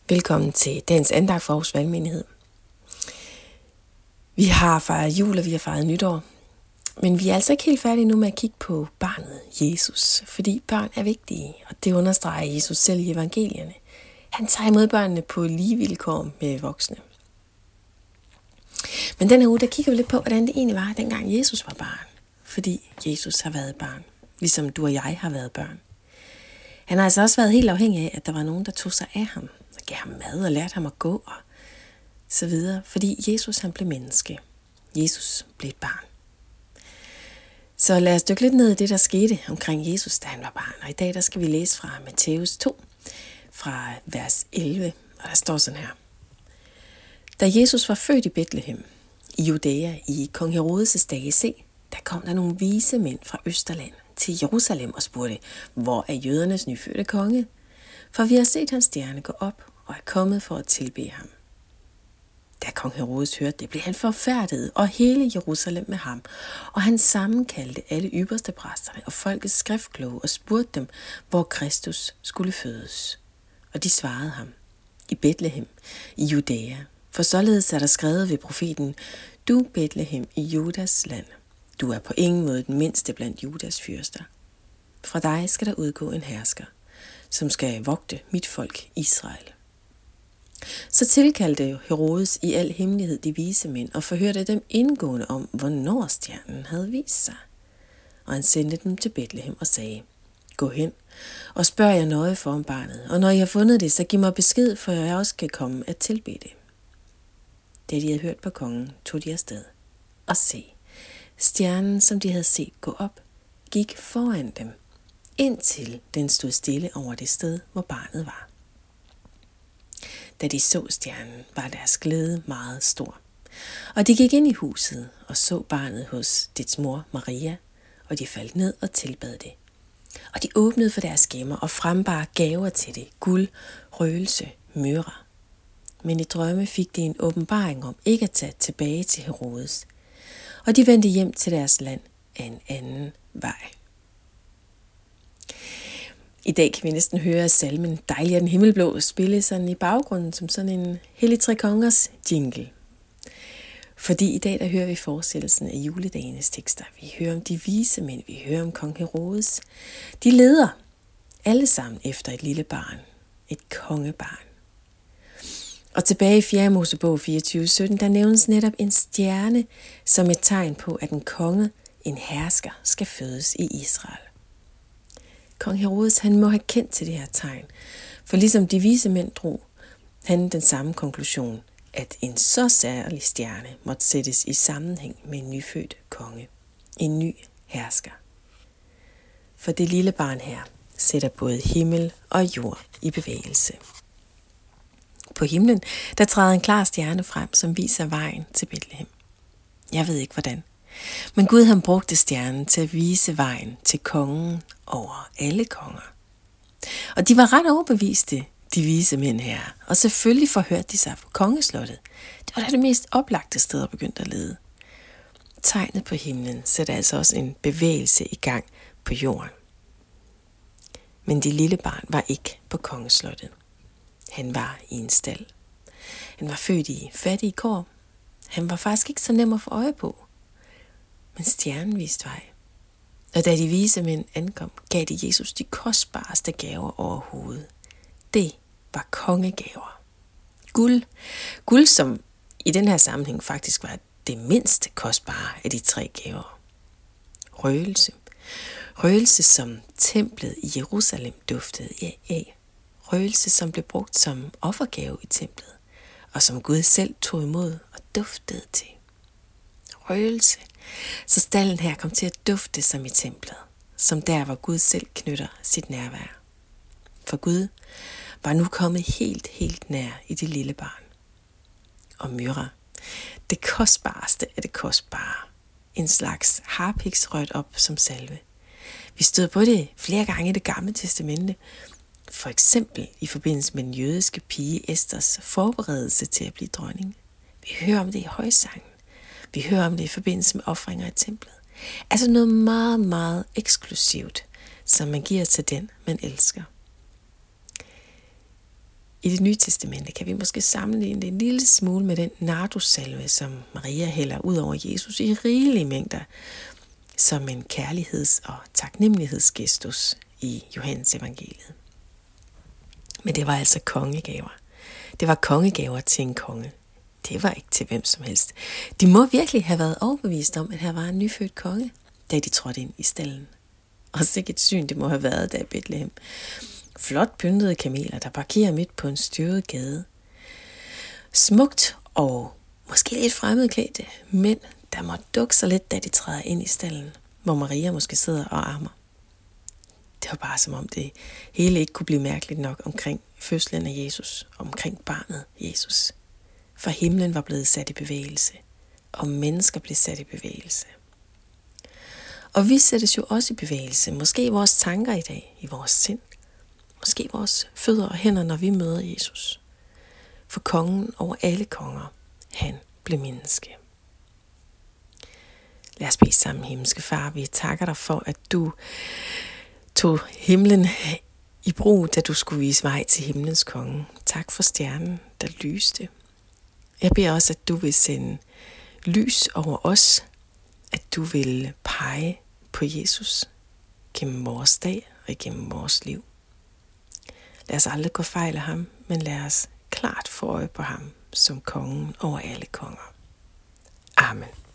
Velkommen til dagens andagt for Aarhus Valgmenighed. Vi har fejret jul, og vi har fejret nytår. Men vi er altså ikke helt færdige nu med at kigge på barnet Jesus, fordi børn er vigtige, og det understreger Jesus selv i evangelierne. Han tager imod børnene på lige vilkår med voksne. Men denne uge, der kigger vi lidt på, hvordan det egentlig var, dengang Jesus var barn. Fordi Jesus har været barn, ligesom du og jeg har været børn. Han har altså også været helt afhængig af, at der var nogen, der tog sig af ham, og gav ham mad og lærte ham at gå og så videre. Fordi Jesus, han blev menneske. Jesus blev et barn. Så lad os dykke lidt ned i det, der skete omkring Jesus, da han var barn. Og i dag, der skal vi læse fra Matthæus 2, fra vers 11, og der står sådan her. Da Jesus var født i Betlehem, i Judæa, i kong Herodes' dage, se, der kom der nogle vise mænd fra Østerland til Jerusalem og spurgte, hvor er jødernes nyfødte konge? For vi har set hans stjerne gå op og er kommet for at tilbede ham. Da kong Herodes hørte det, blev han forfærdet, og hele Jerusalem med ham, og han sammenkaldte alle ypperste præsterne og folkets skriftkloge og spurgte dem, hvor Kristus skulle fødes. Og de svarede ham, i Betlehem, i Judæa, for således er der skrevet ved profeten, du Betlehem i Judas land, du er på ingen måde den mindste blandt Judas fyrster. Fra dig skal der udgå en hersker, som skal vogte mit folk Israel. Så tilkaldte Herodes i al hemmelighed de vise mænd og forhørte dem indgående om, hvornår stjernen havde vist sig. Og han sendte dem til Betlehem og sagde, gå hen og spørg jer nøje for om barnet, og når I har fundet det, så giv mig besked, for jeg også skal komme at tilbede det. Da de havde hørt på kongen, tog de afsted. Og se, stjernen, som de havde set gå op, gik foran dem, indtil den stod stille over det sted, hvor barnet var. Da de så stjernen, var deres glæde meget stor. Og de gik ind i huset og så barnet hos dets mor Maria, og de faldt ned og tilbad det. Og de åbnede for deres gemmer og frembar gaver til det, guld, røgelse, myrra. Men i drømme fik de en åbenbaring om ikke at tage tilbage til Herodes, og de vendte hjem til deres land af en anden vej. I dag kan vi næsten høre salmen Dejlig er den himmelblå spille sådan i baggrunden som sådan en Hellig Tre Kongers jingle. Fordi i dag der hører vi forestillelsen af juledagenes tekster. Vi hører om de vise mænd, vi hører om kong Herodes. De leder alle sammen efter et lille barn, et kongebarn. Og tilbage i 4. Mosebog 24:17, der nævnes netop en stjerne som et tegn på, at en konge, en hersker, skal fødes i Israel. Kong Herodes, han må have kendt til det her tegn, for ligesom de vise mænd drog han den samme konklusion, at en så særlig stjerne måtte sættes i sammenhæng med en nyfødt konge, en ny hersker. For det lille barn her sætter både himmel og jord i bevægelse. På himlen, der træder en klar stjerne frem, som viser vejen til Betlehem. Jeg ved ikke hvordan, men Gud han brugte stjernen til at vise vejen til kongen over alle konger. Og de var ret overbeviste, de vise mænd her, og selvfølgelig forhørte de sig på kongeslottet. Det var da det mest oplagte sted at begynde at lede. Tegnet på himlen sætter altså også en bevægelse i gang på jorden. Men det lille barn var ikke på kongeslottet. Han var i en stald. Han var født i fattige kår. Han var faktisk ikke så nem at få øje på. Men stjernen viste vej. Og da de vise mænd ankom, gav de Jesus de kostbareste gaver overhovedet. Det var kongegaver. Guld, som i den her sammenhæng faktisk var det mindste kostbare af de 3 gaver. Røgelse, som templet i Jerusalem duftede af. Røgelse, som blev brugt som offergave i templet, og som Gud selv tog imod og duftede til. Røgelse, så stalden her kom til at dufte som i templet, som der, hvor Gud selv knytter sit nærvær. For Gud var nu kommet helt nær i det lille barn. Og myrra, det kostbareste af det kostbare, en slags harpiks rødt op som salve. Vi støder på det flere gange i Det Gamle Testamente, for eksempel i forbindelse med den jødiske pige Esters forberedelse til at blive dronning. Vi hører om det i højsangen. Vi hører om det i forbindelse med ofringer i templet. Altså noget meget, meget eksklusivt, som man giver til den, man elsker. I Det Nye Testamente kan vi måske sammenligne det en lille smule med den nardussalve, som Maria hælder ud over Jesus i rigelige mængder, som en kærligheds- og taknemmelighedsgestus i Johannes evangeliet. Men det var altså kongegaver. Det var kongegaver til en konge. Det var ikke til hvem som helst. De må virkelig have været overbevist om, at her var en nyfødt konge, da de trådte ind i stallen. Og sikkert syn det må have været der i Bethlehem. Flot pyntede kameler, der parkerer midt på en støvet gade. Smukt og måske lidt fremmedklædte mænd, der må dukke sig lidt, da de træder ind i stallen, hvor Maria måske sidder og ammer. Det var bare som om det hele ikke kunne blive mærkeligt nok omkring fødslen af Jesus, omkring barnet Jesus. For himlen var blevet sat i bevægelse, og mennesker blev sat i bevægelse. Og vi sættes jo også i bevægelse, måske i vores tanker i dag, i vores sind. Måske vores fødder og hænder, når vi møder Jesus. For kongen over alle konger, han blev menneske. Lad os bede sammen, himmelske far. Vi takker dig for, at du tog himlen i brug, da du skulle vise vej til himlens konge. Tak for stjernen, der lyste. Jeg beder også, at du vil sende lys over os, at du vil pege på Jesus gennem vores dag og gennem vores liv. Lad os aldrig gå fejl af ham, men lad os klart få øje på ham som kongen over alle konger. Amen.